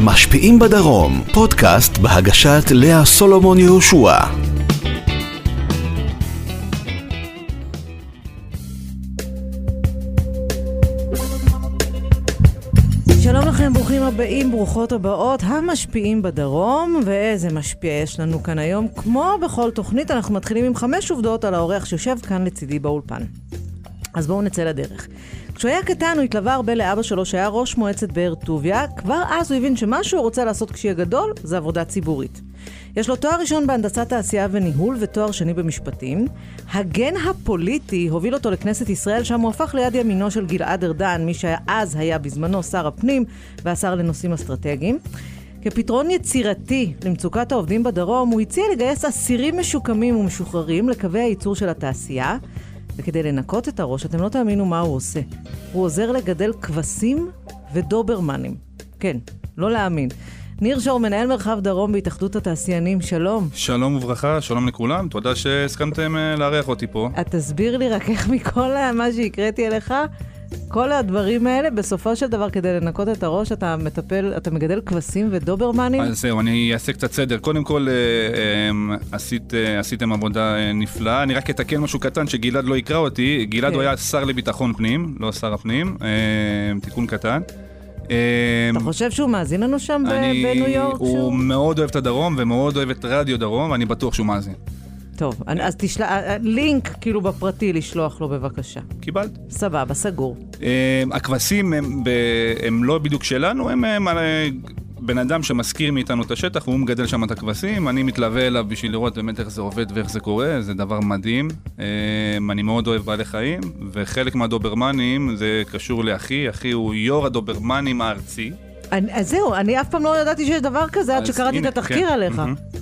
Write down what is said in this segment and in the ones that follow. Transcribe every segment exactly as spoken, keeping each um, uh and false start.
המשפיעים בדרום, פודקאסט בהגשת לאה סולומון יהושע. שלום לכם, ברוכים הבאים, ברוכות הבאות, המשפיעים בדרום, ואיזה משפיע יש לנו כאן היום. כמו בכל תוכנית, אנחנו מתחילים עם חמש עובדות על האורח שיושב כאן לצידי באולפן. אז בואו נצא לדרך. כשהוא היה קטן, הוא התלווה הרבה לאבא שלו שהיה ראש מועצת באר טוביה. כבר אז הוא הבין שמה שהוא רוצה לעשות כשיהיה גדול זה עבודה ציבורית. יש לו תואר ראשון בהנדסת תעשייה וניהול ותואר שני במשפטים. הגן הפוליטי הוביל אותו לכנסת ישראל, שם הוא הפך ליד ימינו של גלעד ארדן, מי שאז היה בזמנו שר הפנים והשר לנושאים אסטרטגיים. כפתרון יצירתי למצוקת העובדים בדרום, הוא הציע לגייס אסירים משוקמים ומשוחררים לקווי הייצור של התעשייה, וכדי לנקות את הראש, אתם לא תאמינו מה הוא עושה. הוא עוזר לגדל כבשים ודוברמנים. כן, לא להאמין. ניר שור, מנהל מרחב דרום בהתאחדות התעשיינים, שלום. שלום וברכה, שלום לכולם, תודה שהסכמתם לארח אותי פה. את תסביר לי רק איך מכל מה שהקראתי אליך, כל הדברים האלה, בסופו של דבר, כדי לנקות את הראש, אתה מטפל, אתה מגדל כבשים ודוברמנים? אז זהו, אני אעשה קצת סדר. קודם כל, עשית, עשיתם עבודה נפלאה. אני רק אתקן משהו קטן שגלעד לא יקרא אותי. גלעד הוא היה שר לביטחון פנים, לא שר הפנים. תיקון קטן. אתה חושב שהוא מאזין לנו שם בניו יורק? הוא מאוד אוהב את הדרום ומאוד אוהב את רדיו דרום, ואני בטוח שהוא מאזין. טוב, אז תשלח, לינק כאילו בפרטי לשלוח לו בבקשה. קיבלת. סבבה, סגור. הכבשים הם לא בדיוק שלנו, הם בן אדם שמזכיר מאיתנו את השטח, והוא מגדל שם את הכבשים, אני מתלווה אליו בשביל לראות באמת איך זה עובד ואיך זה קורה, זה דבר מדהים. אני מאוד אוהב בעלי חיים, וחלק מהדוברמנים זה קשור לאחי, אחי הוא יור הדוברמנים הארצי. אז זהו, אני אף פעם לא ידעתי שיש דבר כזה, עד שקראתי את התחקיר עליך.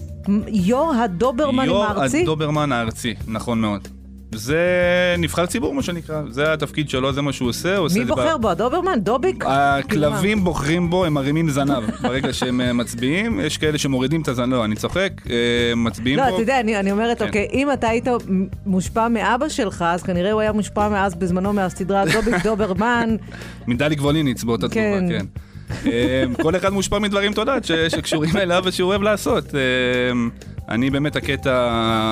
יור הדוברמנים הארצי? יור הדוברמן הארצי, נכון מאוד. זה נבחר ציבור, מה שנקרא. זה התפקיד שלו, זה מה שהוא עושה. מי בוחר בו? הדוברמן? דוביק? הכלבים בוחרים בו, הם מרימים זנב. ברגע שהם מצביעים, יש כאלה שמורידים את הזנב. לא, אני צוחק, מצביעים בו. לא, אתה יודע, אני אומרת, אוקיי, אם אתה היית מושפע מאבא שלך, אז כנראה הוא היה מושפע מאז בזמנו מהסדרה דוביק דוברמן. מדליק ווליניץ באותה תגובה, כן. כל אחד מושפע מדברים תודעת שקשורים אליו ושהוא אוהב לעשות. אני באמת הקטע,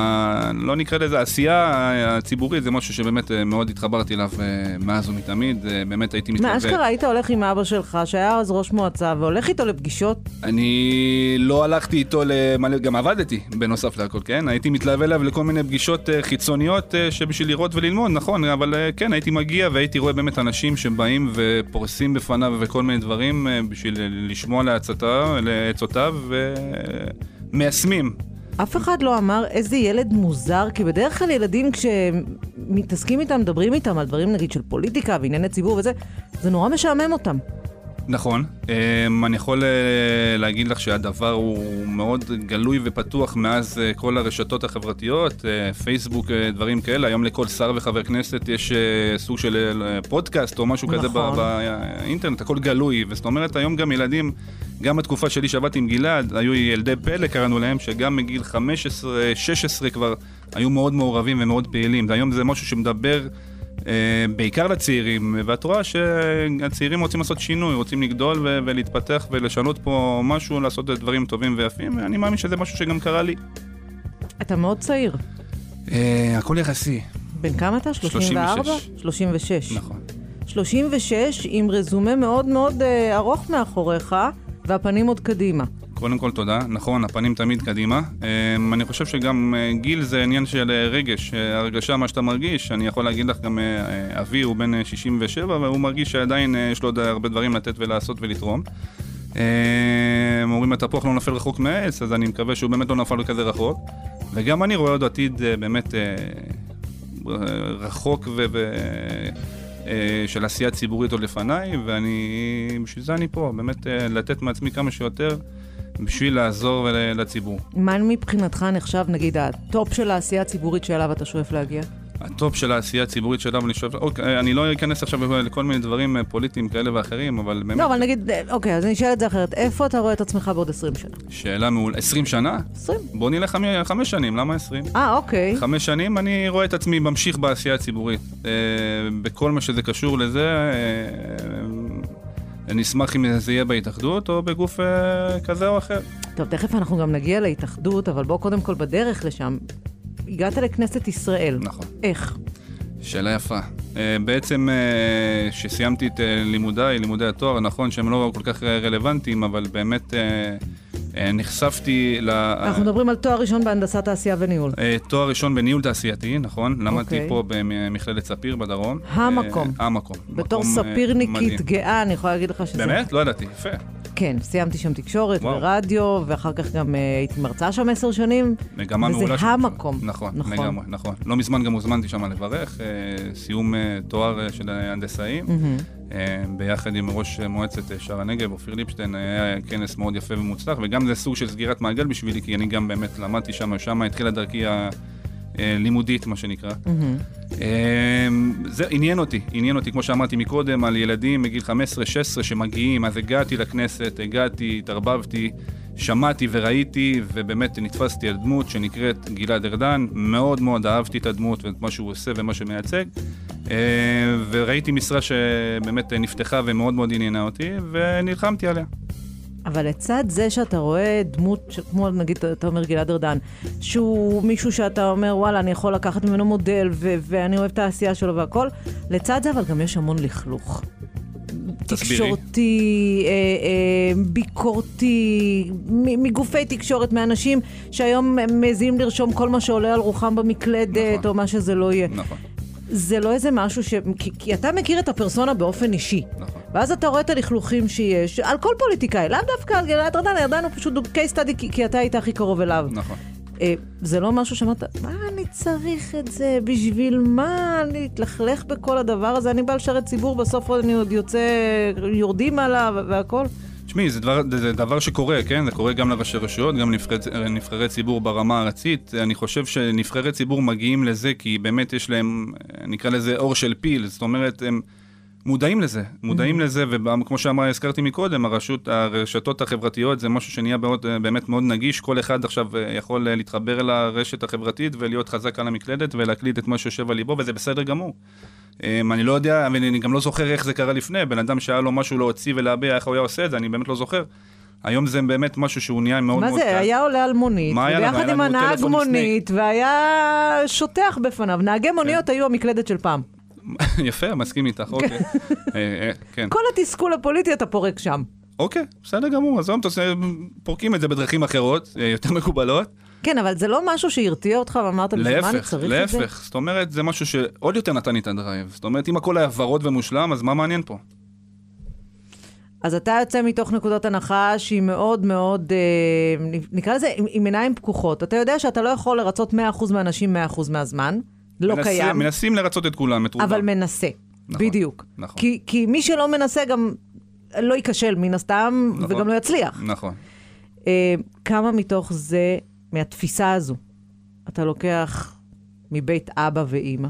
לא נקרא לזה, העשייה הציבורית, זה משהו שבאמת מאוד התחברתי אליו מאז ומתמיד, באמת הייתי מתלווה. מה אשכרה, היית הולך עם אבא שלך, שהיה אז ראש מועצה, והולך איתו לפגישות? אני לא הלכתי איתו, למלא, גם עבדתי בנוסף להכל, כן? הייתי מתלווה אליו לכל מיני פגישות חיצוניות שבשביל לראות וללמוד, נכון, אבל כן, הייתי מגיע והייתי רואה באמת אנשים שבאים ופורסים בפניו וכל מיני דברים בשביל לשמוע לעצותיו ומיישמים. אף אחד לא אמר איזה ילד מוזר, כי בדרך כלל ילדים כשמתעסקים איתם, מדברים איתם על דברים נגיד של פוליטיקה וענייני ציבור וזה, זה נורא משעמם אותם. נכון, אני יכול להגיד לך שהדבר הוא מאוד גלוי ופתוח מאז כל הרשתות החברתיות, פייסבוק, דברים כאלה. היום לכל שר וחבר כנסת יש סוג של פודקאסט או משהו כזה באינטרנט, הכל גלוי. וזאת אומרת, היום גם ילדים, גם בתקופה שלי שעבדתי עם גלעד, היו ילדי פלא, קראנו להם, שגם מגיל חמש עשרה שש עשרה כבר היו מאוד מעורבים ומאוד פעילים. היום זה משהו שמדבר בעיקר לצעירים, ואת רואה שהצעירים רוצים לעשות שינוי, רוצים לגדול ו- ולהתפתח ולשנות פה משהו, לעשות דברים טובים ויפים, ואני מאמין שזה משהו שגם קרה לי. אתה מאוד צעיר. הכל יחסי. בן כמה אתה? שלושים וארבע? שלושים ושש. נכון. שלושים ושש עם רזומה מאוד מאוד ארוך מאחוריך, והפנים עוד קדימה. קודם כל תודה, נכון, הפנים תמיד קדימה. אני חושב שגם גיל זה עניין של רגש, הרגשה מה שאתה מרגיש. אני יכול להגיד לך גם אבי הוא בן שישים ושבע, והוא מרגיש שעדיין יש לו עוד הרבה דברים לתת ולעשות ולתרום. אומרים התפוח לא נפל רחוק מהעץ, אז אני מקווה שהוא באמת לא נפל כזה רחוק. וגם אני רואה עוד עתיד באמת רחוק ו... של עשייה ציבורית עוד לפניי, ואני, בשביל זה אני פה, באמת לתת מעצמי כמה שיותר בשביל לעזור לציבור. מה מבחינתך נחשב, נגיד, הטופ של העשייה הציבורית שאליו אתה שואף להגיע? הטופ של העשייה הציבורית שאליו אני שואף... אוקיי, אני לא אכנס עכשיו לכל מיני דברים פוליטיים כאלה ואחרים, אבל באמת... לא, אבל נגיד, אוקיי, אז אני אשאל את זה אחרת. איפה אתה רואה את עצמך בעוד עשרים שנה? שאלה מעולה. עשרים שנה? עשרים. בוא נלך חמש שנים, למה עשרים? אה, אוקיי. חמש שנים אני רואה את עצמי ממשיך בעשייה הציבורית. בכל מה שזה קשור לזה... אני אשמח אם זה יהיה בהתאחדות או בגוף אה, כזה או אחר. טוב, תכף אנחנו גם נגיע להתאחדות, אבל בוא קודם כל בדרך לשם. הגעת לכנסת ישראל. נכון. איך? שאלה יפה. Uh, בעצם uh, שסיימתי את uh, לימודיי, לימודי התואר, נכון שהם לא כל כך רלוונטיים, אבל באמת uh, uh, נחשפתי ל... אנחנו מדברים על תואר ראשון בהנדסת תעשייה וניהול. Uh, תואר ראשון בניהול תעשייתי, נכון? Okay. למדתי פה במכללת ספיר בדרום. המקום. Uh, המקום. בתור מקום, ספירניקית uh, גאה, אני יכולה להגיד לך שזה... באמת? לא ידעתי, יפה. כן, סיימתי שם תקשורת וואו. ורדיו, ואחר כך גם uh, הייתי מרצה שם עשר שנים. מגמה וזה מעולה. המקום. נכון, נכון. לגמרי, נכון. לא מזמן גם הוזמנתי שם לברך, uh, סיום uh, תואר uh, של הנדסאים, mm-hmm. uh, ביחד עם ראש מועצת uh, שער הנגב, אופיר ליפשטיין, היה כנס מאוד יפה ומוצלח, וגם זה סוג של סגירת מעגל בשבילי, כי אני גם באמת למדתי שם, שם התחילה דרכי הלימודית, מה שנקרא. Mm-hmm. זה עניין אותי, עניין אותי, כמו שאמרתי מקודם, על ילדים מגיל חמש עשרה שש עשרה שמגיעים, אז הגעתי לכנסת, הגעתי, התערבבתי, שמעתי וראיתי, ובאמת נתפסתי על דמות שנקראת גלעד ארדן, מאוד מאוד אהבתי את הדמות ואת מה שהוא עושה ומה שמייצג, וראיתי משרה שבאמת נפתחה ומאוד מאוד עניינה אותי, ונלחמתי עליה. אבל לצד זה שאתה רואה דמות, כמו נגיד, אתה אומר גלעד ארדן, שהוא מישהו שאתה אומר, וואלה, אני יכול לקחת ממנו מודל, ו- ואני אוהב את העשייה שלו והכל, לצד זה אבל גם יש המון לכלוך. תסבירי. תקשורתי, אה, אה, ביקורתי, מגופי תקשורת, מאנשים שהיום מזיעים לרשום כל מה שעולה על רוחם במקלדת, נכון. או מה שזה לא יהיה. נכון. זה לא איזה משהו ש... כי, כי אתה מכיר את הפרסונה באופן אישי. נכון. ואז אתה רואה את הלכלוכים שיש, על כל פוליטיקאי, לאו דווקא על גלעד ארדן, ארדן הוא פשוט case study, כי, כי אתה היית הכי קרוב אליו. נכון. אה, זה לא משהו שאמרת, מה אני צריך את זה? בשביל מה אני אתלכלך בכל הדבר הזה? אני בא לשרת ציבור, בסוף אני עוד יוצא, יורדים עליו והכל. תשמעי, זה דבר, זה דבר שקורה, כן? זה קורה גם לראשי רשויות, גם נבחרי, נבחרי ציבור ברמה הארצית. אני חושב שנבחרי ציבור מגיעים לזה, כי באמת יש להם, נקרא לזה אור של פיל. זאת אומרת, הם מודעים לזה, מודעים mm-hmm. לזה, וכמו שאמרה, הזכרתי מקודם, הרשות, הרשתות החברתיות זה משהו שנהיה מאוד, באמת מאוד נגיש. כל אחד עכשיו יכול להתחבר אל הרשת החברתית ולהיות חזק על המקלדת ולהקליט את מה שיושב על ליבו, וזה בסדר גמור. אני לא יודע, ואני גם לא זוכר איך זה קרה לפני, בן אדם שהיה לו משהו להוציא ולהביע, איך הוא היה עושה את זה, אני באמת לא זוכר. היום זה באמת משהו שהוא נהיה מאוד מאוד קל. מה זה? היה עולה על מונית, וביחד עם הנהג מונית, והיה שוטח בפניו. נהגי מוניות היו המקלדת של פעם. יפה, מסכים איתך, אוקיי. כל התסכול הפוליטי אתה פורק שם. אוקיי, בסדר גמור, אז פורקים את זה בדרכים אחרות, יותר מקובלות. כן, אבל זה לא משהו שירתיע אותך, ואמרת, בשביל מה אני צריך את זה? להפך, זאת אומרת, זה משהו שעוד יותר נתן לי את הדרייב. זאת אומרת, אם הכל היה ורוד ומושלם, אז מה מעניין פה? אז אתה יוצא מתוך נקודות הנחה שהיא מאוד מאוד, אה, נקרא לזה, עם, עם עיניים פקוחות. אתה יודע שאתה לא יכול לרצות מאה אחוז מהאנשים מאה אחוז מהזמן, לא מנסה, קיים. מנסים לרצות את כולם, את רובם. אבל מנסה, נכון, בדיוק. נכון. כי, כי מי שלא מנסה גם לא ייכשל מן הסתם, נכון, וגם לא יצליח. נכון. אה, כמה מתוך זה, מהתפיסה הזו, אתה לוקח מבית אבא ואמא?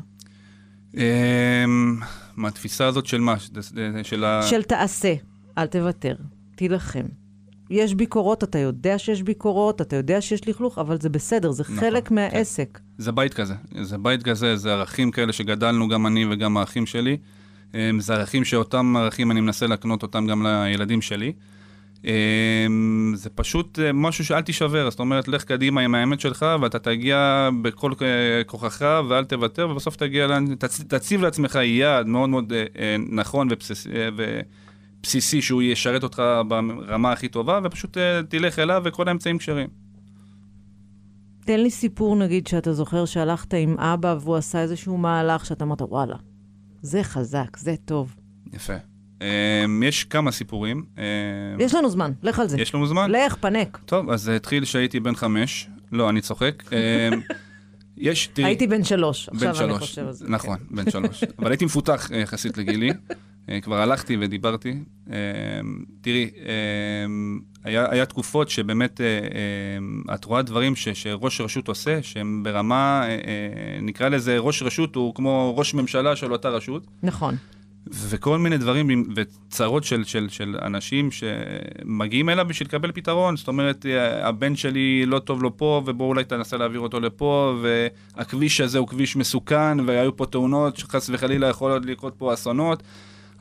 מהתפיסה הזאת של מה? של, ה... של תעשה, אל תוותר, תילחם. יש ביקורות, אתה יודע שיש ביקורות, אתה יודע שיש לכלוך, אבל זה בסדר, זה נכון, חלק מהעסק. כן. זה בית כזה, זה בית כזה, זה ערכים כאלה שגדלנו גם אני וגם האחים שלי. זה ערכים שאותם ערכים אני מנסה להקנות אותם גם לילדים שלי. זה פשוט משהו שאל תישבר, זאת אומרת, לך קדימה עם האמת שלך, ואתה תגיע בכל כוחך, ואל תוותר, ובסוף תגיע, תציב לעצמך יעד מאוד מאוד נכון ובסיסי, שהוא ישרת אותך ברמה הכי טובה, ופשוט תלך אליו וכל האמצעים קשרים. תן לי סיפור, נגיד, שאתה זוכר שהלכת עם אבא, והוא עשה איזשהו מהלך, שאתה אמרת, וואלה, זה חזק, זה טוב. יפה. יש כמה סיפורים. יש לנו זמן, לך על זה. יש לנו זמן? לך, פנק. טוב, אז התחיל שהייתי בן חמש. לא, אני צוחק. יש, תראי... הייתי בן שלוש. עכשיו אני חושב על זה. נכון, בן שלוש. אבל הייתי מפותח יחסית לגילי. כבר הלכתי ודיברתי. תראי, היה תקופות שבאמת את רואה דברים שראש רשות עושה, שהם ברמה, נקרא לזה, ראש רשות הוא כמו ראש ממשלה של אותה רשות. נכון. וכל מיני דברים וצרות של, של, של אנשים שמגיעים אליו בשביל לקבל פתרון. זאת אומרת, הבן שלי לא טוב לו פה, ובוא אולי תנסה להעביר אותו לפה, והכביש הזה הוא כביש מסוכן, והיו פה תאונות שחס וחלילה יכול לקרות פה אסונות.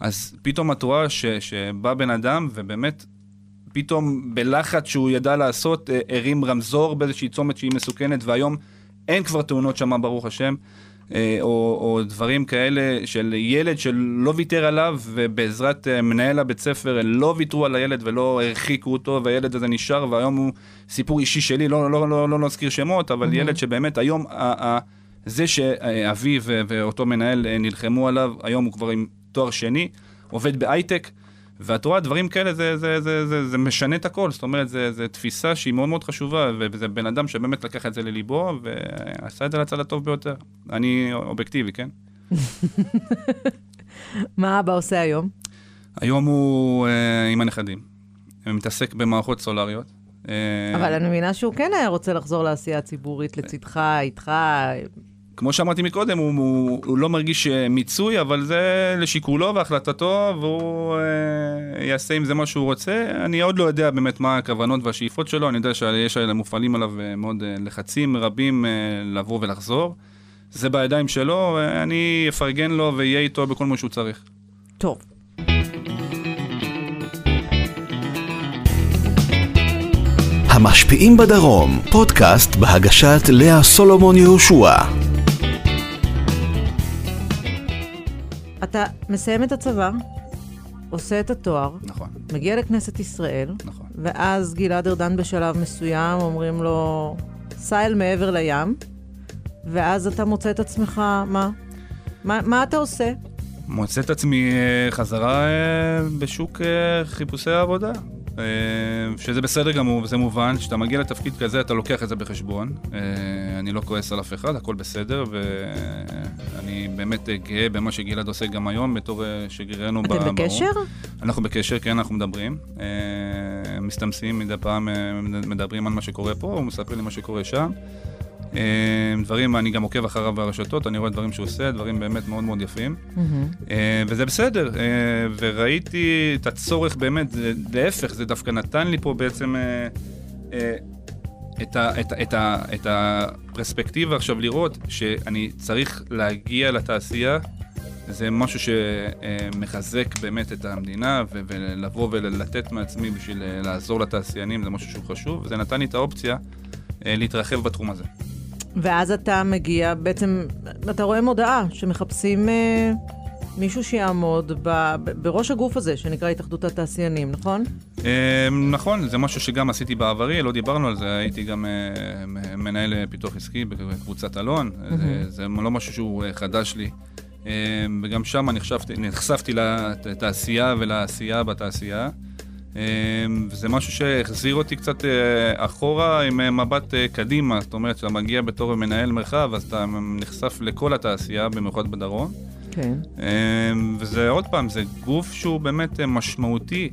אז פתאום את רואה ש, שבא בן אדם, ובאמת, פתאום בלחץ שהוא ידע לעשות, הרים רמזור באיזושהי צומת שהיא מסוכנת, והיום אין כבר תאונות שמה, ברוך השם, או, או דברים כאלה של ילד שלא ויתר עליו, ובעזרת מנהל הבית ספר לא ויתרו על הילד ולא הרחיקו אותו, והילד הזה נשאר, והיום הוא סיפור אישי שלי, לא, לא, לא, לא נזכיר שמות, אבל mm-hmm. ילד שבאמת היום, ה, ה, זה שאבי ואותו מנהל נלחמו עליו, היום הוא כבר עם תואר שני, עובד בהייטק, ואת רואה, דברים כאלה, זה, זה, זה, זה, זה משנה את הכל, זאת אומרת, זה, זה תפיסה שהיא מאוד מאוד חשובה, וזה בן אדם שבאמת לקח את זה לליבו, ועשה את זה לצד הטוב ביותר. אני אובייקטיבי, כן? מה אבא עושה היום? היום הוא אה, עם הנכדים. הוא מתעסק במערכות סולריות. אה, אבל אני מבינה שהוא כן היה רוצה לחזור לעשייה הציבורית לצדך, איתך. כמו שאמרתי מקודם, הוא, הוא, הוא לא מרגיש מיצוי, אבל זה לשיקולו והחלטתו, והוא אה, יעשה עם זה מה שהוא רוצה. אני עוד לא יודע באמת מה הכוונות והשאיפות שלו, אני יודע שיש מופעלים עליו מאוד אה, לחצים רבים אה, לבוא ולחזור. זה בידיים שלו, אני אפרגן לו ויהיה איתו בכל מה שהוא צריך. טוב. המשפיעים בדרום, פודקאסט בהגשת לאה סולומון יהושע. אתה מסיים את הצבא, עושה את התואר, נכון. מגיע לכנסת ישראל, נכון. ואז גלעד ארדן בשלב מסוים, אומרים לו, סע אל מעבר לים, ואז אתה מוצא את עצמך, מה? מה, מה אתה עושה? מוצא את עצמי חזרה בשוק חיפושי העבודה. שזה בסדר גמור, וזה מובן, שאתה מגיע לתפקיד כזה, אתה לוקח את זה בחשבון. אני לא כועס על אף אחד, הכל בסדר, ואני באמת גאה במה שגלעד עושה גם היום, בתור שגרירנו באום. אתם בקשר? אנחנו בקשר, כן, אנחנו מדברים. מסתמסים מדי פעם, מדברים על מה שקורה פה, הוא מספר לי מה שקורה שם. דברים, אני גם עוקב אחריו ברשתות, אני רואה דברים שהוא עושה, דברים באמת מאוד מאוד יפים. וזה בסדר, וראיתי את הצורך באמת, להפך, זה דווקא נתן לי פה בעצם את הפרספקטיבה עכשיו לראות שאני צריך להגיע לתעשייה, זה משהו שמחזק באמת את המדינה, ולבוא ולתת מעצמי בשביל לעזור לתעשיינים, זה משהו שהוא חשוב, וזה נתן לי את האופציה להתרחב בתחום הזה. ואז אתה מגיע, בעצם, אתה רואה מודעה שמחפשים אה, מישהו שיעמוד ב, בראש הגוף הזה, שנקרא התאחדות התעשיינים, נכון? אה, נכון, זה משהו שגם עשיתי בעברי, לא דיברנו על זה, הייתי גם אה, מנהל פיתוח עסקי בקבוצת אלון, mm-hmm. זה, זה לא משהו שהוא חדש לי, אה, וגם שם נחשפתי, נחשפתי לתעשייה ולעשייה בתעשייה, וזה משהו שהחזיר אותי קצת אחורה עם מבט קדימה, זאת אומרת, שאתה מגיע בתור מנהל מרחב, אז אתה נחשף לכל התעשייה, במיוחד בדרום. כן. וזה עוד פעם, זה גוף שהוא באמת משמעותי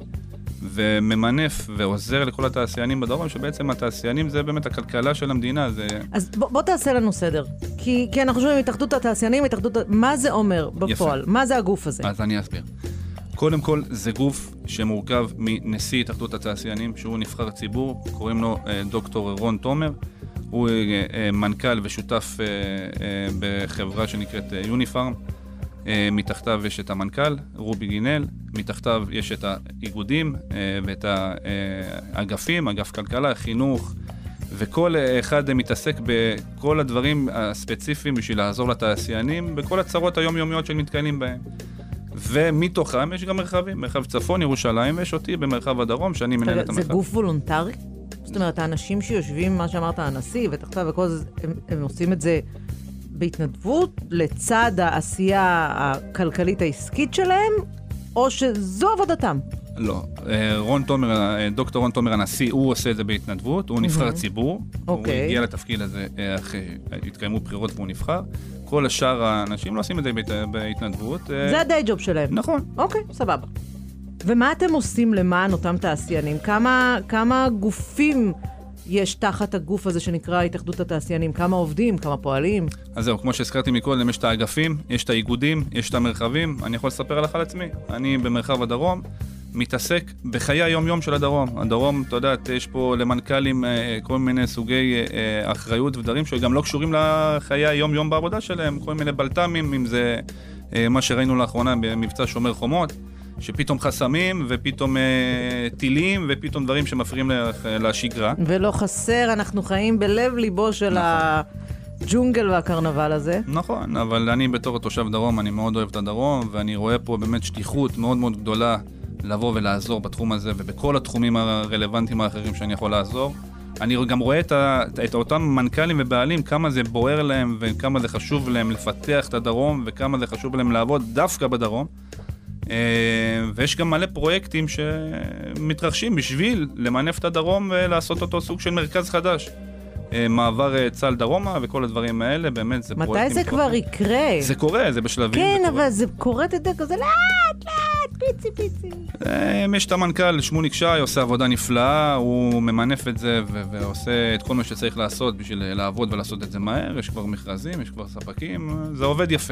וממנף ועוזר לכל התעשיינים בדרום, שבעצם התעשיינים זה באמת הכלכלה של המדינה. זה... אז בוא, בוא תעשה לנו סדר, כי, כי אנחנו שומעים התאחדות התעשיינים, התאחדות... מה זה אומר בפועל? יפה. מה זה הגוף הזה? אז אני אסביר. קודם כל, זה גוף שמורכב מנשיא התאחדות התעשיינים, שהוא נבחר ציבור, קוראים לו דוקטור רון תומר, הוא מנכ"ל ושותף בחברה שנקראת יוניפארם, מתחתיו יש את המנכ"ל, רובי גינל, מתחתיו יש את האיגודים ואת האגפים, אגף כלכלה, חינוך, וכל אחד מתעסק בכל הדברים הספציפיים בשביל לעזור לתעשיינים, בכל הצרות היומיומיות שמתקיימים בהם. ומתוכם יש גם מרחבים, מרחב צפון, ירושלים, ויש אותי במרחב הדרום, שאני מנהל את המרחב. זה גוף וולונטרי? זאת אומרת, האנשים שיושבים, מה שאמרת, הנשיא ותחתיו וכל זה, הם, הם עושים את זה בהתנדבות, לצד העשייה הכלכלית העסקית שלהם, או שזו עבודתם? לא. רון תומר, דוקטור רון תומר הנשיא, הוא עושה את זה בהתנדבות, הוא נבחר ציבור, הוא הגיע לתפקיד הזה אחרי התקיימו בחירות והוא נבחר. כל השאר האנשים לא עושים את זה בהתנדבות. זה הדי ג'וב שלהם. נכון. אוקיי, סבבה. ומה אתם עושים למען אותם תעשיינים? כמה, כמה גופים יש תחת הגוף הזה שנקרא התאחדות התעשיינים? כמה עובדים? כמה פועלים? אז זהו, כמו שהזכרתי מקודם, יש את האגפים, יש את האיגודים, יש את המרחבים. אני יכול לספר לך על עצמי. אני במרחב הדרום מתעסק בחיי היום-יום של הדרום. הדרום, אתה יודע, יש פה למנכ"לים כל מיני סוגי אחריות ודברים שגם לא קשורים לחיי היום-יום בעבודה שלהם, כל מיני בלטמים, אם זה מה שראינו לאחרונה במבצע שומר חומות, שפתאום חסמים ופתאום אה, טילים ופתאום דברים שמפריעים לשגרה. ולא חסר, אנחנו חיים בלב ליבו של נכון. הג'ונגל והקרנבל הזה. נכון, אבל אני בתור תושב דרום, אני מאוד אוהב את הדרום, ואני רואה פה באמת שליחות מאוד מאוד גדולה לבוא ולעזור בתחום הזה, ובכל התחומים הרלוונטיים האחרים שאני יכול לעזור. אני גם רואה את, ה, את אותם מנכ"לים ובעלים, כמה זה בוער להם וכמה זה חשוב להם לפתח את הדרום, וכמה זה חשוב להם לעבוד דווקא בדרום. ויש גם מלא פרויקטים שמתרחשים בשביל למנף את הדרום ולעשות אותו סוג של מרכז חדש. מעבר צה"ל דרומה וכל הדברים האלה, באמת זה פרויקטים... מתי זה כבר יקרה? זה קורה, זה בשלבים. כן, אבל זה קורה את זה כזה לאט, לאט, פיצי, פיצי. יש את המנכ"ל, שמוליק שי, עושה עבודה נפלאה, הוא ממנף את זה ועושה את כל מה שצריך לעשות בשביל לעבוד ולעשות את זה מהר, יש כבר מכרזים, יש כבר ספקים, זה עובד יפה.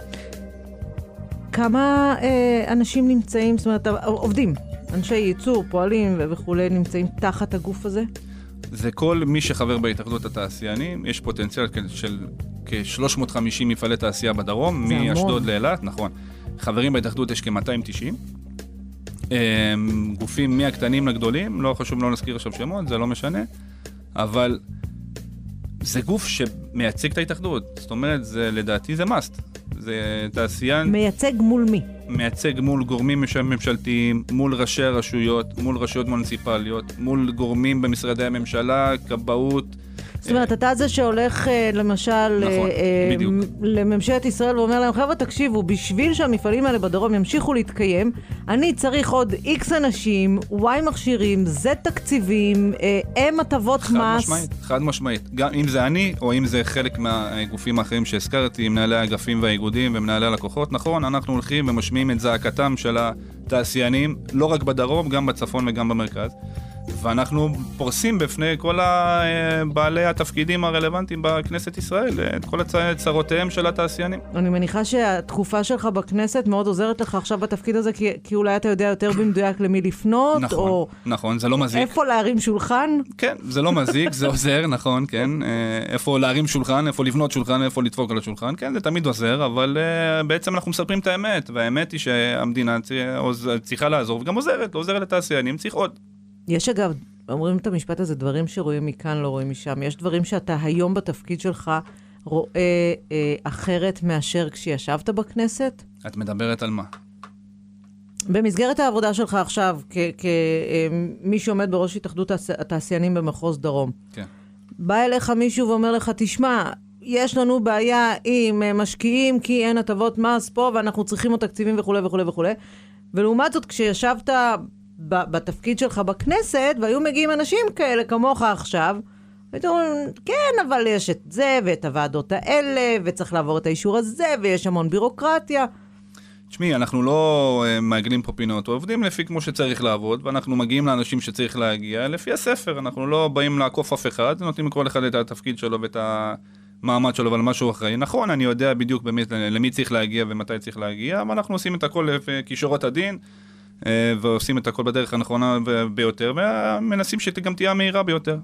כמה אה, אנשים נמצאים, זאת אומרת, עובדים, אנשי ייצור, פועלים וכולי, נמצאים תחת הגוף הזה? זה כל מי שחבר בהתאחדות התעשיינים, יש פוטנציאל של כ-שלוש מאות וחמישים מפעלי תעשייה בדרום, מאשדוד לאילת, נכון. חברים בהתאחדות יש כ-מאתיים ותשעים. גופים מהקטנים לגדולים, לא חשוב לא נזכיר עכשיו שמות, זה לא משנה, אבל זה גוף שמייצג את ההתאחדות, זאת אומרת, זה, לדעתי זה must. זה תעשיין... מייצג מול מי? מייצג מול גורמים ממשלתיים, מול ראשי הרשויות, מול רשויות מוניציפליות, מול גורמים במשרדי הממשלה, כבאות. זאת אומרת, אתה זה שהולך למשל נכון, בדיוק. לממשלת ישראל ואומר להם, חבר'ה, תקשיבו, בשביל שהמפעלים האלה בדרום ימשיכו להתקיים, אני צריך עוד X אנשים, Y מכשירים, Z תקציבים, M הטבות מס. חד משמעית, חד משמעית. גם אם זה אני, או אם זה חלק מהגופים האחרים שהזכרתי, מנהלי האגפים והאיגודים ומנהלי הלקוחות, נכון, אנחנו הולכים ומשמיעים את זעקתם של התעשיינים, לא רק בדרום, גם בצפון וגם במרכז. ואנחנו פורסים בפני כל בעלי התפקידים הרלוונטיים בכנסת ישראל, את כל הצרותיהם של התעשיינים. אני מניחה שהתקופה שלך בכנסת מאוד עוזרת לך עכשיו בתפקיד הזה, כי, כי אולי אתה יודע יותר במדויק למי לפנות, נכון, או... נכון, זה לא מזיק. איפה להרים שולחן? כן, זה לא מזיק, זה עוזר, נכון, כן. איפה להרים שולחן, איפה לבנות שולחן, איפה לדפוק על השולחן, כן, זה תמיד עוזר, אבל בעצם אנחנו מספרים את האמת, והאמת היא שהמדינה צריכה לעזור, וגם עוזרת, עוזרת לתעשיינים, צריך עוד. יש אגב, אומרים את המשפט הזה, דברים שרואים מכאן, לא רואים משם. יש דברים שאתה היום בתפקיד שלך רואה אה, אחרת מאשר כשישבת בכנסת? את מדברת על מה? במסגרת העבודה שלך עכשיו, כמי שעומד בראש התאחדות התעשיינים במחוז דרום, כן. בא אליך מישהו ואומר לך, תשמע, יש לנו בעיה עם משקיעים, כי אין הטבות מס פה, ואנחנו צריכים עוד תקציבים וכו' וכו' וכו'. ולעומת זאת, כשישבת בתפקיד שלך בכנסת, והיו מגיעים אנשים כאלה כמוך עכשיו, והייתם אומרים, כן, אבל יש את זה, ואת הוועדות האלה, וצריך לעבור את האישור הזה, ויש המון בירוקרטיה. תשמעי, אנחנו לא מעגלים פה פינות, עובדים לפי כמו שצריך לעבוד, ואנחנו מגיעים לאנשים שצריך להגיע, לפי הספר, אנחנו לא באים לעקוף אף אחד, נותנים לכל אחד את התפקיד שלו ואת המעמד שלו, אבל משהו אחראי. נכון, אני יודע בדיוק באמת למי צריך להגיע ומתי צריך להגיע, אבל אנחנו עושים את הכל לכישורות הדין, ועושים את הכל בדרך הנכונה ביותר, ומנסים שגם תהיה המהירה ביותר.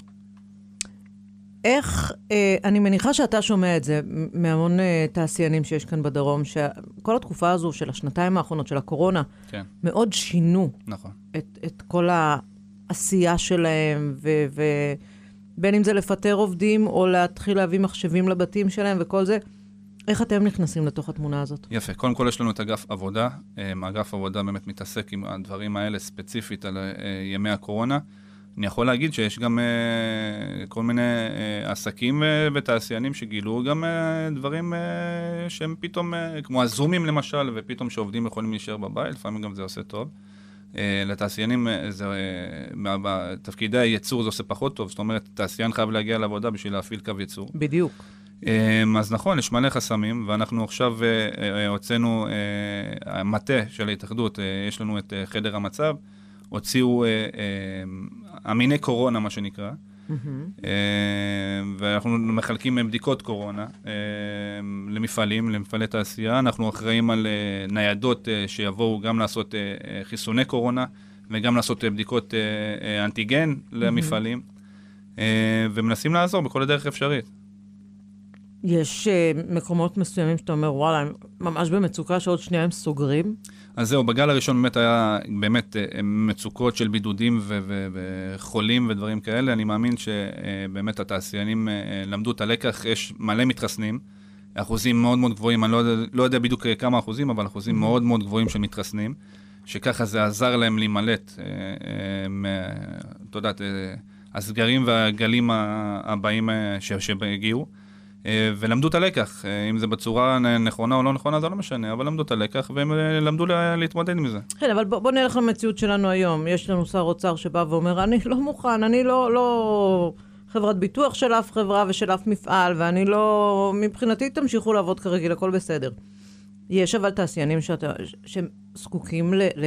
איך, אני מניחה שאתה שומע את זה מהמון תעשיינים שיש כאן בדרום, שכל התקופה הזו של השנתיים האחרונות, של הקורונה, כן. מאוד שינו נכון. את, את כל העשייה שלהם, ו, ובין אם זה לפטר עובדים, או להתחיל להביא מחשבים לבתים שלהם וכל זה, איך אתם נכנסים לתוך התמונה הזאת? יפה, קודם כל יש לנו את אגף עבודה, אגף עבודה באמת מתעסק עם הדברים האלה ספציפית על ימי הקורונה. אני יכול להגיד שיש גם כל מיני עסקים ותעשיינים שגילו גם דברים שהם פתאום, כמו הזומים למשל, ופתאום שעובדים יכולים להישאר בבית, לפעמים גם זה עושה טוב. לתעשיינים, בתפקידי הייצור זה עושה פחות טוב, זאת אומרת, תעשיין חייב להגיע לעבודה בשביל להפעיל קו ייצור. בדיוק. אז נכון, יש מלא חסמים, ואנחנו עכשיו הוצאנו, המטה של ההתאחדות, יש לנו את חדר המצב, הוציאו אמיני קורונה, מה שנקרא, ואנחנו מחלקים בדיקות קורונה למפעלים, למפעלי תעשייה, אנחנו אחראים על ניידות שיבואו גם לעשות חיסוני קורונה, וגם לעשות בדיקות אנטיגן למפעלים, ומנסים לעזור בכל הדרך אפשרית. יש uh, מקומות מסוימים שאתה אומר, וואלה, הם ממש במצוקה שעוד שנייה הם סוגרים? אז זהו, בגל הראשון באמת היה באמת מצוקות של בידודים ו- ו- וחולים ודברים כאלה. אני מאמין שבאמת התעשיינים למדו את הלקח, יש מלא מתחסנים, אחוזים מאוד מאוד גבוהים, אני לא יודע, לא יודע בדיוק כמה אחוזים, אבל אחוזים מאוד מאוד גבוהים של מתחסנים, שככה זה עזר להם להימלט, אתה יודעת, הסגרים והגלים הבאים שהגיעו. ולמדו את הלקח, אם זה בצורה נכונה או לא נכונה, זה לא משנה, אבל למדו את הלקח, והם למדו להתמודד עם זה. כן, אבל בוא, בוא נלך למציאות שלנו היום. יש לנו שר אוצר שבא ואומר, אני לא מוכן, אני לא, לא חברת ביטוח של אף חברה ושל אף מפעל, ואני לא, מבחינתי תמשיכו לעבוד כרגיל, הכל בסדר. יש אבל תעשיינים שאתה, שזקוקים ל, ל,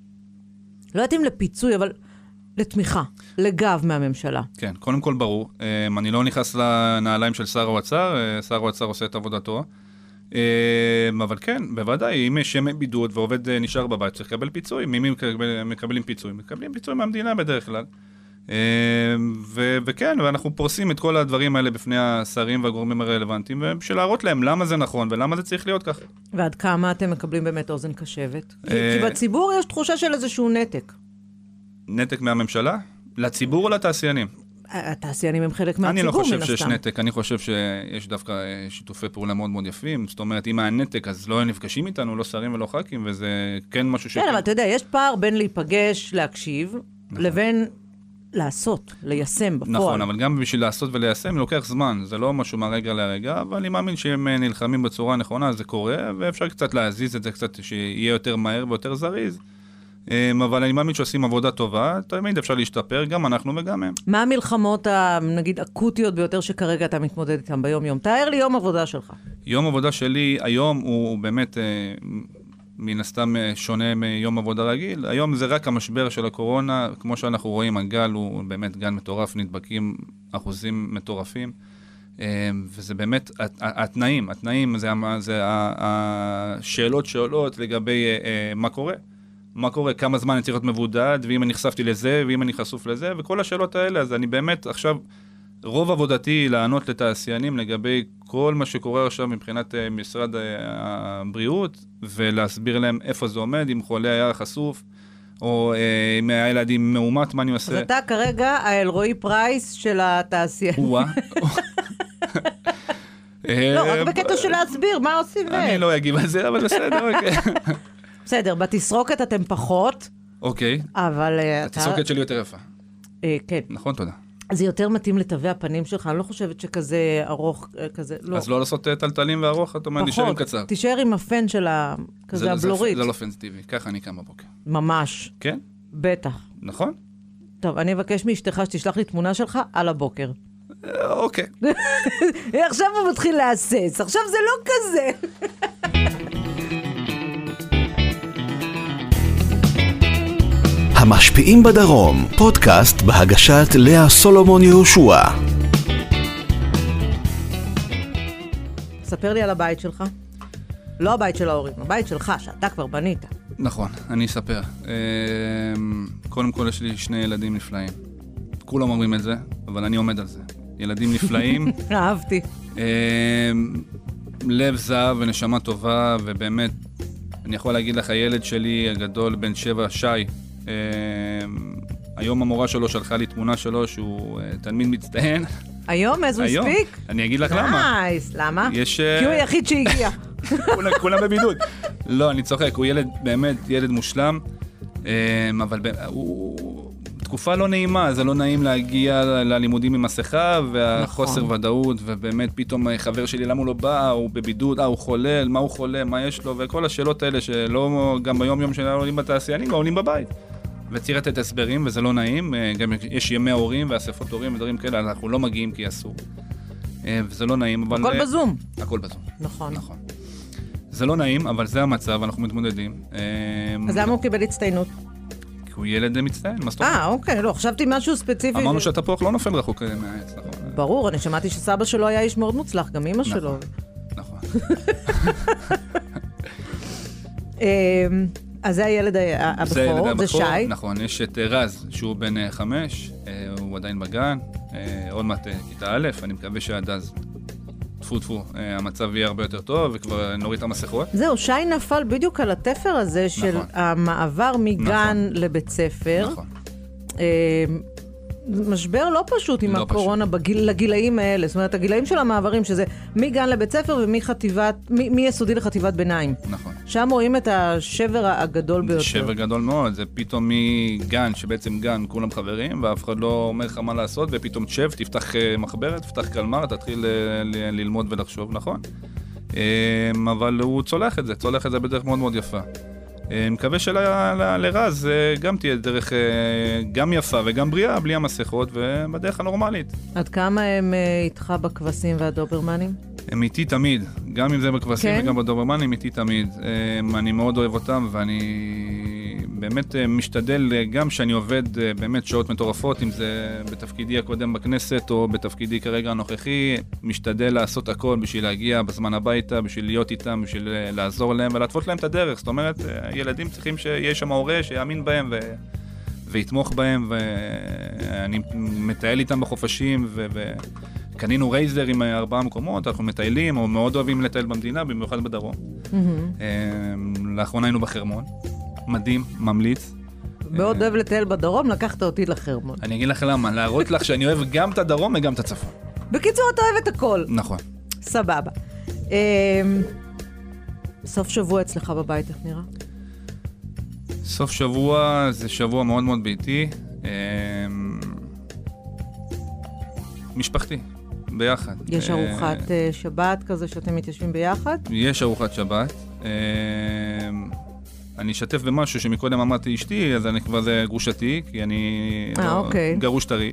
לא יודעים לפיצוי, אבל לתמיכה, לגב מהממשלה. כן, קודם כל ברור. אני לא נכנס לנעליים של שר האוצר, שר האוצר עושה את עבודתו. אבל כן, בוודאי, אם יש ימי בידוד ועובד נשאר בבית, צריך לקבל פיצוי. ממי מקבלים פיצוי? מקבלים פיצוי מהמדינה בדרך כלל. ו- וכן, ואנחנו פורסים את כל הדברים האלה בפני השרים והגורמים הרלוונטיים, בשביל להראות להם למה זה נכון ולמה זה צריך להיות ככה. ועד כמה אתם מקבלים באמת אוזן קשבת? כי, כי בציבור יש תחושה של איזשהו נתק. נתק מהממשלה? לציבור או לתעשיינים? התעשיינים הם חלק מהציבור, אני לא חושב שיש הסתם. נתק, אני חושב שיש דווקא שיתופי פעולה מאוד מאוד יפים, זאת אומרת, אם היה נתק, אז לא נפגשים איתנו, לא שרים ולא ח"כים, וזה כן משהו ש... כן, אבל אתה יודע, יש פער בין להיפגש, להקשיב, נכון. לבין לעשות, ליישם בפועל. נכון, אבל גם בשביל לעשות וליישם, לוקח זמן, זה לא משהו מהרגע לרגע, אבל אני מאמין שהם נלחמים בצורה נכונה, זה קורה, ואפשר קצת להזיז את זה קצת, שיהיה יותר מהר ויותר זריז. אבל אני מאמין שעושים עבודה טובה, תמיד אפשר להשתפר, גם אנחנו וגם הם. מה המלחמות, נגיד, אקוטיות ביותר שכרגע אתה מתמודד איתם ביום יום? תאר לי יום עבודה שלך. יום עבודה שלי היום הוא באמת מן הסתם שונה מיום עבודה רגיל. היום זה רק המשבר של הקורונה, כמו שאנחנו רואים, הגל הוא באמת גל מטורף, נדבקים אחוזים מטורפים, וזה באמת, התנאים, התנאים זה, זה השאלות שעולות לגבי מה קורה. מה קורה, כמה זמן אני צריך להיות מבודד, ואם אני נחשפתי לזה, ואם אני חשוף לזה, וכל השאלות האלה, אז אני באמת עכשיו, רוב עבודתי לענות לתעשיינים לגבי כל מה שקורה עכשיו מבחינת משרד הבריאות, ולהסביר להם איפה זה עומד, אם חולה היה חשוף, או אם היה ילדים מאומת, מה אני עושה. אז אתה כרגע האלרועי פרייס של התעשיינים. וואה. לא, רק בקטע של להסביר, מה עושים להם? אני לא אגיב על זה, אבל בסדר, אוקיי. בסדר, בתסרוקת אתם פחות. אוקיי. אבל... התסרוקת שלי יותר יפה. כן. נכון, תודה. זה יותר מתאים לתווי הפנים שלך, אני לא חושבת שכזה ארוך, כזה, לא. אז לא לעשות טלטלים וארוך, אתה אומר, נשאר עם קצר. תישאר עם הפן של כזה הבלורית. זה לא פנסטיבי, ככה אני קם בבוקר. ממש. כן? בטח. נכון. טוב, אני אבקש מאשתך שתשלח לי תמונה שלך על הבוקר. אוקיי. עכשיו הוא מתחיל להסס, עכשיו זה לא כזה. המשפיעים בדרום, פודקאסט בהגשת לאה סולומון יהושע. ספר לי על הבית שלך. לא הבית של ההורים, הבית שלך, שאתה כבר בנית. נכון, אני אספר. קודם כל יש לי שני ילדים נפלאים. כולם אומרים את זה, אבל אני עומד על זה. ילדים נפלאים. אהבתי. לב זהב ונשמה טובה, ובאמת, אני יכול להגיד לך, הילד שלי הגדול, בן שבע, שי, היום המורה שלו שלחה לי תמונה שלו שהוא תלמיד מצטיין. היום? איזה הוא הספיק? אני אגיד לך למה. נייס, למה? יש... כי הוא היחיד שהגיע. כולם בבידוד. לא, אני צוחק, הוא ילד, באמת ילד מושלם, אבל הוא... תקופה לא נעימה, זה לא נעים להגיע ללימודים עם מסכה, והחוסר ודאות, ובאמת פתאום חבר שלי, למה הוא לא בא, הוא בבידוד, אה, הוא חולה, מה הוא חולה, מה יש לו, וכל השאלות האלה שלא, גם ביום יום שלנו עולים בתעשיינים, עולים בבית. וצריך לתת הסברים, וזה לא נעים, גם יש ימי הורים ואספות הורים ודברים כאלה, אנחנו לא מגיעים כי אסור. וזה לא נעים, אבל... הכל בזום. הכל בזום. נכון. נכון. זה לא נעים, אבל זה המצב, אנחנו מתמודדים. אז למה הוא קיבל הצטיינות? כי הוא ילד מצטיין, מה זאת אומרת? אה, אוקיי, לא, חשבתי משהו ספציפי. אמרנו שהתפוח לא נופל רחוק מהעץ, נכון? ברור, אני שמעתי שסבא שלו היה איש מאוד מוצלח, גם אמא שלו. נכון. אז זה הילד הבכור, זה שי. נכון, יש את רז, שהוא בן חמש, הוא עדיין בגן, עוד מעט כיתה א', אני מקווה שעד אז טפו טפו, המצב יהיה הרבה יותר טוב, וכבר נוריד את המסכות. זהו, שי נפל בדיוק על התפר הזה של נכון. המעבר מגן נכון. לבית ספר. נכון. משבר לא פשוט עם לא הקורונה בגיל, לגילאים האלה. זאת אומרת, הגילאים של המעברים, שזה מגן לבית ספר ומחטיבת, מ- מיסודי לחטיבת ביניים. נכון. שם רואים את השבר הגדול ביותר. זה שבר גדול מאוד, זה פתאום מגן, שבעצם גן, כולם חברים, ואף אחד לא אומר לך מה לעשות, ופתאום תשב, תפתח מחברת, תפתח קלמר, תתחיל ל- ל- ללמוד ולחשוב, נכון? אבל הוא צולח את זה, צולח את זה בדרך מאוד מאוד יפה. אני מקווה שלרז גם תהיה דרך גם יפה וגם בריאה, בלי המסכות, ובדרך הנורמלית. עד כמה הם איתך בכבשים והדוברמנים? הם איתי תמיד, גם אם זה בכבשים כן? וגם בדוברמנים, הם איתי תמיד. אני מאוד אוהב אותם, ואני באמת משתדל, גם שאני עובד באמת שעות מטורפות, אם זה בתפקידי הקודם בכנסת, או בתפקידי כרגע הנוכחי, משתדל לעשות הכל בשביל להגיע בזמן הביתה, בשביל להיות איתם, בשביל לעזור להם ולהטוות להם את הדרך. זאת אומרת, ילדים צריכים שיהיה שם ההורה, שיאמין בהם ו... ויתמוך בהם, ואני מטייל איתם בחופשים, ו... קנינו רייזר עם ארבעה מקומות, אנחנו מטיילים, או מאוד אוהבים לטייל במדינה, במיוחד בדרום. לאחרונה היינו בחרמון, מדהים, ממליץ. מאוד אוהב לטייל בדרום, לקחת אותי לחרמון. אני אגיד לך למה, להראות לך שאני אוהב גם את הדרום וגם את הצפון. בקיצור, אתה אוהב את הכל. נכון. סבבה. סוף שבוע אצלך בבית, איך נראה? סוף שבוע זה שבוע מאוד מאוד ביתי. משפחתי. ביחד. יש ארוחת שבת כזה שאתם מתיישבים ביחד? יש ארוחת שבת. אני אשתף במשהו שמקודם אמרתי אשתי, אז אני כבר זה גרושתי, כי אני גרוש טרי.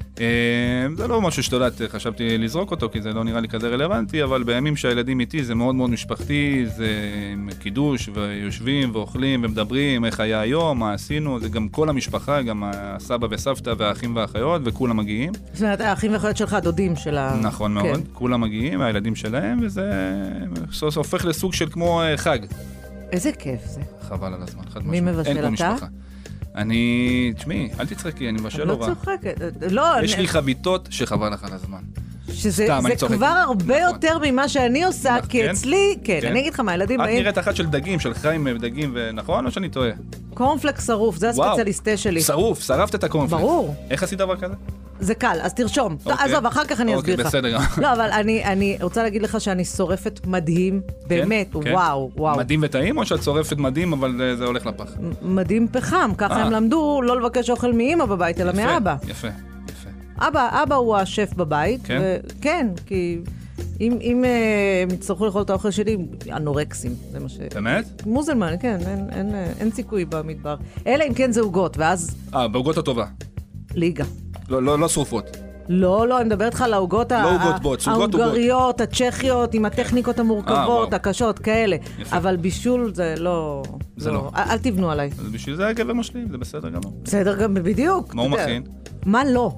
זה לא משהו שתולדת, חשבתי לזרוק אותו, כי זה לא נראה לי כזה רלוונטי, אבל בימים שהילדים איתי זה מאוד מאוד משפחתי, זה קידוש, ויושבים ואוכלים ומדברים, איך היה היום, מה עשינו, זה גם כל המשפחה, גם הסבא וסבתא והאחים והאחיות, וכולם מגיעים. זאת אומרת, האחים והאחיות שלך, הדודים של ה... נכון מאוד, כולם מגיעים, הילדים שלהם, וזה הופך לסוג של כמו חג. איזה כיף זה. חבל על הזמן, חד משמעית. מי מבשל אתה? אני, תשמעי, אל תצחקי, אני מבשל לא רע. לא צוחקת, לא. יש לי חביתות שחבל לך על הזמן. שזה כבר הרבה יותר ממה שאני עושה, כי אצלי, כן, אני אגיד לך מה, ילדים באים... את נראית אחת של דגים, של חיים ודגים, ונכון או שאני טועה? קורנפלקס שרוף, זה הספציאליסטה שלי. שרוף, שרפת את הקורנפלקס. ברור. איך עשית דבר כזה? זה קל, אז תרשום. עזוב, אחר כך אני אסביר לך. אוקיי, בסדר גם. לא, אבל אני רוצה להגיד לך שאני שורפת מדהים, באמת, וואו, וואו. מדהים וטעים, או שאת שורפת מדהים, אבל זה הולך לפח? מדהים פחם, ככה הם למדו לא לבקש אוכל מאמא בבית, אלא מאבא. יפה, יפה. אבא, אבא הוא השף בבית. כן? כן, כי אם הם יצטרכו לאכול את האוכל שלי, אנורקסים, זה מה ש... באמת? מוזלמן, כן, אין סיכוי במדבר. אלא אם כן זה עוגות, ואז... אה, בעוגות הטובה. ליגה. לא, לא שרופות. לא, לא, אני מדברת לך על העוגות ההונגריות, הצ'כיות, עם הטכניקות המורכבות, הקשות, כאלה. אבל בישול זה לא... זה לא. אל תבנו עליי. בשביל זה הגבר משלים, זה בסדר גמור. בסדר גם, בדיוק. מה הוא מכין? מה לא?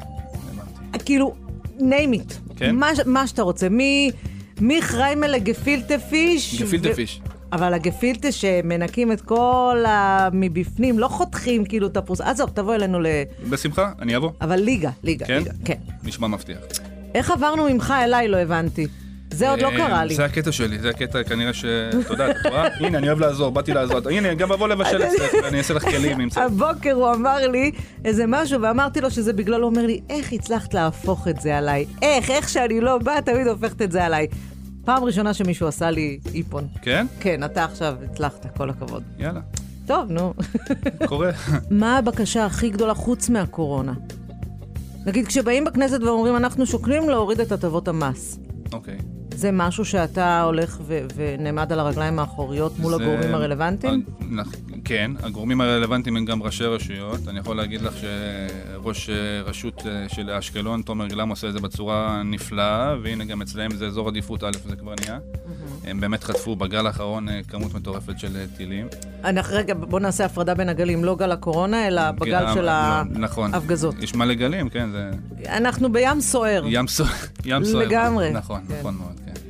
כאילו, name it. כן? מה שאתה רוצה. מי חריימה לגפילטה פיש? גפילטה פיש. אבל הגפילטה שמנקים את כל מבפנים, לא חותכים כאילו את הפרוס. עזוב, תבוא אלינו ל... בשמחה, אני אבוא. אבל ליגה, ליגה, כן? ליגה. כן. נשמע מבטיח. איך עברנו ממך אליי, לא הבנתי. זה עוד לא קרה לי. זה הקטע שלי, זה הקטע כנראה ש... תודה, אתה רואה? הנה, אני אוהב לעזור, באתי לעזור. הנה, גם אבוא לבשל אצלך, ואני אעשה לך כלים עם זה. הבוקר הוא אמר לי איזה משהו, ואמרתי לו שזה בגלל, הוא אומר לי, איך הצלחת להפוך את זה עליי? איך, איך שאני לא באה, תמיד הופכת את זה עליי. פעם ראשונה שמישהו עשה לי איפון. כן? כן, אתה עכשיו הצלחת, כל הכבוד. יאללה. טוב, נו. קורה. מה הבקשה הכי גדולה חוץ מהקורונה? נגיד, כשבאים בכנסת ואומרים, אנחנו שוקלים להוריד את הטבות המס. אוקיי. זה משהו שאתה הולך ו- ונעמד על הרגליים האחוריות מול זה... הגורמים הרלוונטיים? כן, הגורמים הרלוונטיים הם גם ראשי רשויות. אני יכול להגיד לך שראש רשות של אשקלון, תומר גלם, עושה את זה בצורה נפלאה, והנה גם אצלהם זה אזור עדיפות א', זה כבר נהיה. Mm-hmm. הם באמת חטפו בגל האחרון כמות מטורפת של טילים. אנחנו רגע, בוא נעשה הפרדה בין הגלים, לא גל הקורונה, אלא בגל כן, של לא, ההפגזות. נכון, יש מלא גלים, כן. זה... אנחנו בים סוער. ים סוער. ים סוער. לגמרי. נכון, כן. נכון מאוד, כן.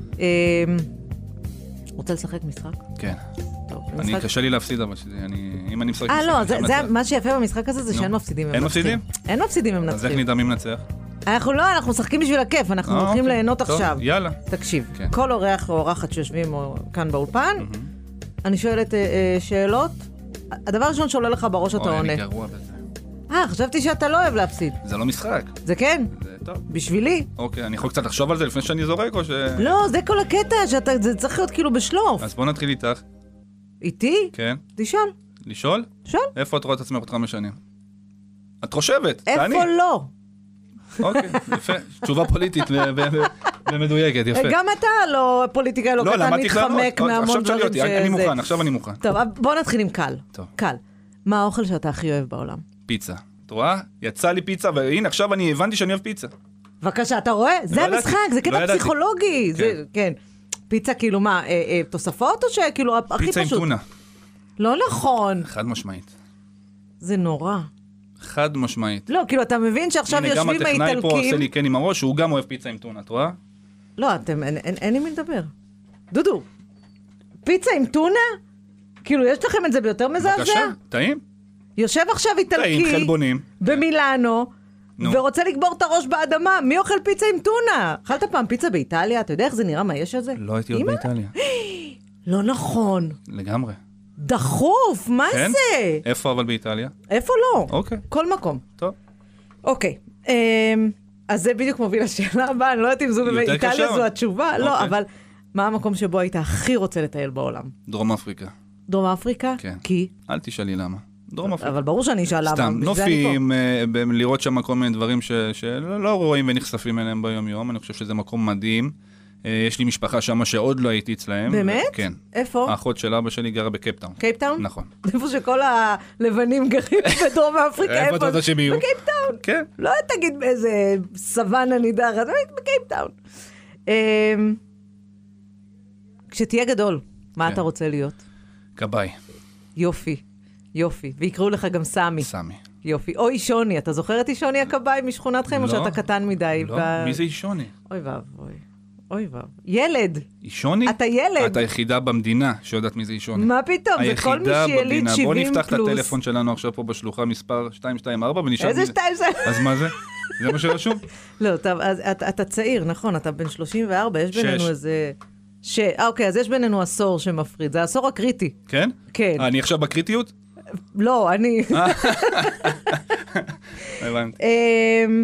רוצה לשחק משחק? כן. אני קשה לי להפסיד, אבל אם אני משחק... אה, לא, מה שיפה במשחק הזה זה שאין מפסידים. אין מפסידים? אין מפסידים, הם מנצחים. אז איך נדע מי מנצח? אנחנו לא, אנחנו משחקים בשביל הכיף, אנחנו אה, הולכים אוקיי. ליהנות טוב, עכשיו. יאללה. תקשיב, כן. כל אורח או אורחת שיושבים או- כאן באולפן, אני שואלת אה, אה, שאלות, הדבר הראשון שעולה לך בראש אתה אוי, עונה. אני גרוע בזה. אה, חשבתי שאתה לא אוהב להפסיד. זה לא משחק. זה כן? זה טוב. בשבילי? אוקיי, אני יכול קצת לחשוב על זה לפני שאני זורק, או ש... לא, זה כל הקטע, שאתה, זה צריך להיות כאילו בשלוף. אז בוא נתחיל איתך. איתי? כן. תשאל, לשאול? שאל. איפה את רואה את עצמך עוד חמש שנים? את חושבת, תעני. איפה לא? אוקיי, יפה. תשובה פוליטית ו- ו- ו- ומדויקת, יפה. גם אתה לא פוליטיקאי, לא לא, קטן, למדתי לענות. מתחמק מהמון עכשיו תשאלי דברים אותי, אני- אני שזה- מוכן, עכשיו אני מוכן. טוב, בוא נתחיל עם קל. טוב. קל. מה האוכל שאתה הכי אוהב בעולם? פיצה. את רואה? יצא לי פיצה, והנה עכשיו אני הבנתי שאני אוהב פיצה. בבקשה, אתה רואה? זה ידעתי. המשחק, זה לא קטע ידעתי. פסיכולוגי. זה- כן. פיצה כאילו מה, אה, אה, תוספות או שכאילו הכי פשוט? פיצה עם טונה. לא נכון. חד משמעית. זה נורא. חד משמעית. לא, כאילו, אתה מבין שעכשיו הנה, גם יושבים הטכנאי פה עושה האיטלקים... לי כן עם הראש, הוא גם אוהב פיצה עם טונה, את רואה? לא, אתם, אין- אין אין עם מי לדבר. דודו, פיצה עם טונה? כאילו, יש לכם את זה ביותר מזעזע? בבקשה, טעים? יושב עכשיו טעים, איטלקי חלבונים. במילאנו, נו. ורוצה לגבור את הראש באדמה. מי אוכל פיצה עם טונה? אכלת פעם פיצה באיטליה? אתה יודע איך זה נראה? מה יש על זה? לא הייתי עוד אמא? באיטליה. לא נכון. לגמרי. דחוף, מה כן? זה? איפה אבל באיטליה? איפה לא? אוקיי. כל מקום. טוב. אוקיי. אמ, אז זה בדיוק מוביל לשאלה הבאה, אני לא יודעת אם זו יותר איטליה קשה, זו אבל. התשובה, לא, אוקיי. אבל מה המקום שבו היית הכי רוצה לטייל בעולם? דרום אפריקה. דרום אפריקה? כן. כי? אל תשאלי למה. דרום אפריקה. אבל ברור שאני אשאל למה. סתם, בשביל זה אני פה. נופים, אה, ב- לראות שם כל מיני דברים ש- שלא לא רואים ונחשפים אליהם ביום יום, אני חושב שזה מקום מדהים. אה, יש לי משפחה שם שעוד לא הייתי אצלהם. באמת? כן. איפה? האחות של אבא שלי גרה בקייפטאון. קייפטאון? נכון. איפה שכל הלבנים גרים בדרום אפריקה. איפה אתה רוצה שהם יהיו? בקייפטאון. כן. לא תגיד באיזה סוואנה נידחת, בקייפטאון. אמ, כשתהיה גדול, מה כן. אתה רוצה להיות? כבאי, יופי, יופי. ויקראו לך גם סמי. סמי. יופי. או אישוני, אתה זוכר את אישוני הכבאי משכונתכם, או לא. שאתה קטן מדי? לא, ב- מי זה אישוני? אוי ואבוי. אוי ואבוי. ילד. אישוני? אתה ילד. את היחידה במדינה שיודעת מי זה אישוני. מה פתאום? זה כל מי היחידה שיליד במדינה. בוא שבעים נפתח את פלוס. הטלפון שלנו עכשיו פה בשלוחה מספר שתיים שתיים ארבע ונשאל... איזה מי זה. שתיים שתיים? אז מה זה? זה מה שרשום? לא, טוב, אז אתה, אתה צעיר, נכון, אתה בן שלושים וארבע, יש בינינו שש. איזה... ש... אה, אוקיי, אז יש בינינו עשור שמפריד, זה העשור הקריטי. כן? כן. אני עכשיו בקריטיות? לא, אני... הבנתי. אמ,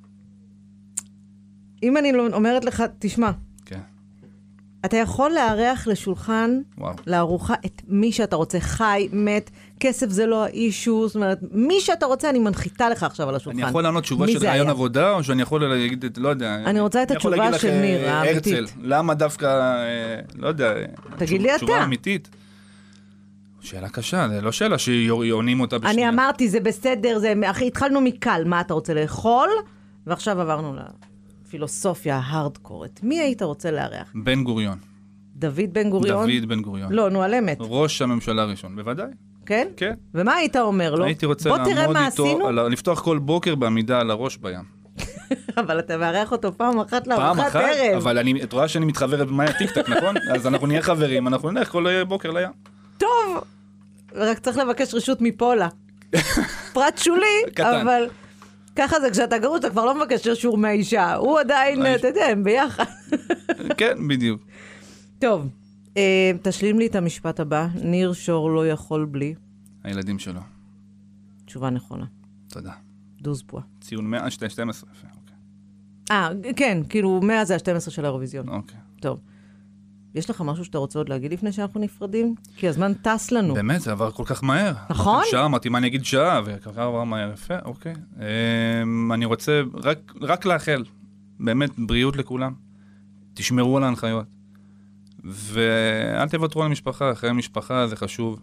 אם אני לא- אומרת לך, תשמע, כן. אתה יכול לארח לשולחן, וואו. לארוחה, את מי שאתה רוצה, חי, מת, כסף זה לא האישו, זאת אומרת, מי שאתה רוצה, אני מנחיתה לך עכשיו על השולחן. אני יכול לענות תשובה מי של זה רעיון היה? עבודה, או שאני יכול להגיד, את- לא יודע. אני רוצה את אני יכול התשובה להגיד לך, של אה, ניר, האמיתית. הרצל. למה דווקא, אה, לא יודע. תגיד תשוב- לי אתה. תשובה אמיתית. שאלה קשה, זה לא שאלה שעונים אותה בשנייה. אני אמרתי, זה בסדר, זה... אחי, התחלנו מקל, מה אתה רוצה לאכול? ועכשיו עברנו לפילוסופיה ההארדקורית. מי היית רוצה לארח? בן גוריון. דוד בן גוריון? דוד בן גוריון. לא, נו, על אמת. ראש הממשלה הראשון, בוודאי. כן? כן. ומה היית אומר לו? הייתי רוצה בוא תראה לעמוד מה איתו, עשינו, על- לפתוח כל בוקר בעמידה על הראש בים. אבל אתה מארח אותו פעם אחת פעם לארוחת אחת, ערב. אבל אני, את רואה שאני מתחבר במאי טיקטק, נכון? אז אנחנו נהיה חברים, אנחנו נלך כל בוקר לים. טוב, רק צריך לבקש רשות מפולה. פרט שולי, קטן. אבל ככה זה כשאתה גרוש, אתה כבר לא מבקש אישור מהאישה. הוא עדיין, האיש- אתה יודע, הם ביחד. כן, בדיוק. טוב, אה, תשלים לי את המשפט הבא. ניר שור לא יכול בלי. הילדים שלו. תשובה נכונה. תודה. דוז פועה. ציון מאה, שתים עשרה, יפה, אוקיי. אה, כן, כאילו, מאה זה ה-שתים עשרה של האירוויזיון. אוקיי. טוב. יש לך משהו שאתה רוצה עוד להגיד לפני שאנחנו נפרדים? כי הזמן טס לנו. באמת, זה עבר כל כך מהר. נכון? אמרתי שעה, אמרתי מה אני אגיד שעה, וככה עבר מהר, יפה, אוקיי. אמ, אני רוצה רק, רק לאחל, באמת, בריאות לכולם. תשמרו על ההנחיות. ואל תוותרו על המשפחה, אחרי המשפחה זה חשוב.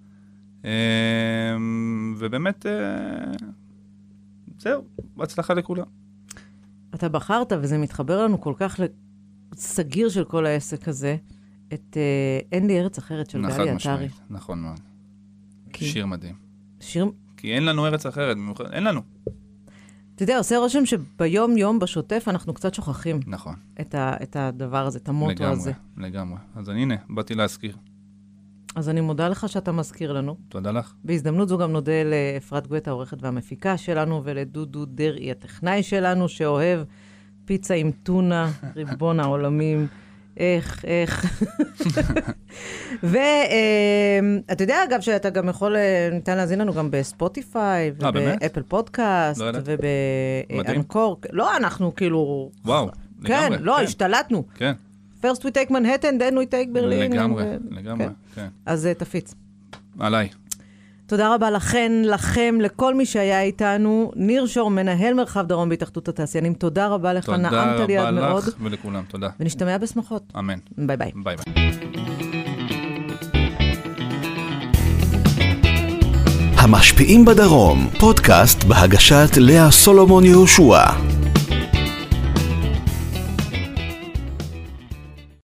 אמ, ובאמת, אה, זהו, בהצלחה לכולם. אתה בחרת, וזה מתחבר לנו כל כך לסגיר של כל העסק הזה, את אה, אין לי ארץ אחרת של חד גלי עטרי. משמעית, נכון מאוד. כי- שיר מדהים. שיר, כי אין לנו ארץ אחרת, במיוחד, אין לנו. אתה יודע, עושה רושם שביום יום בשוטף אנחנו קצת שוכחים נכון. את, ה, את הדבר הזה, את המוטו לגמרי, הזה. לגמרי. אז אני, הנה, באתי להזכיר. אז אני מודה לך שאתה מזכיר לנו. תודה לך. בהזדמנות זו גם נודה לאפרת גואטה, העורכת והמפיקה שלנו, ולדודו דרעי, הטכנאי שלנו, שאוהב פיצה עם טונה, ריבון העולמים. איך, איך. ואתה יודע, אגב, שאתה גם יכול, ניתן להזין לנו גם בספוטיפיי, ובאפל פודקאסט, ובאנקור. לא, אנחנו כאילו... וואו, כן, לא, השתלטנו. כן. First we take Manhattan, then we take Berlin. לגמרי, לגמרי, כן. אז תפיץ. עליי. תודה רבה לכן, לכם, לכל מי שהיה איתנו. ניר שור, מנהל מרחב דרום בהתאחדות התעשיינים. תודה רבה לך, נעמת לי עד מאוד. תודה רבה לך ולכולם, תודה. ונשתמע בשמחות. אמן. ביי ביי. ביי ביי. המשפיעים בדרום, פודקאסט בהגשת לאה סולומון יהושע.